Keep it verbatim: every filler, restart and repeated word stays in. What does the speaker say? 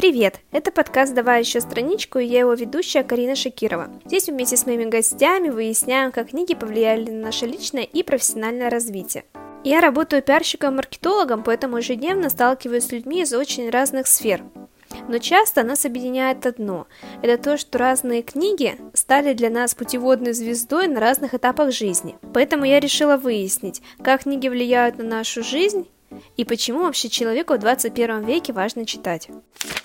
Привет! Это подкаст «Давай еще страничку» и я его ведущая Карина Шакирова. Здесь вместе с моими гостями выясняем, как книги повлияли на наше личное и профессиональное развитие. Я работаю пиарщиком-маркетологом, поэтому ежедневно сталкиваюсь с людьми из очень разных сфер. Но часто нас объединяет одно – это то, что разные книги стали для нас путеводной звездой на разных этапах жизни. Поэтому я решила выяснить, как книги влияют на нашу жизнь и почему вообще человеку в двадцать первом веке важно читать.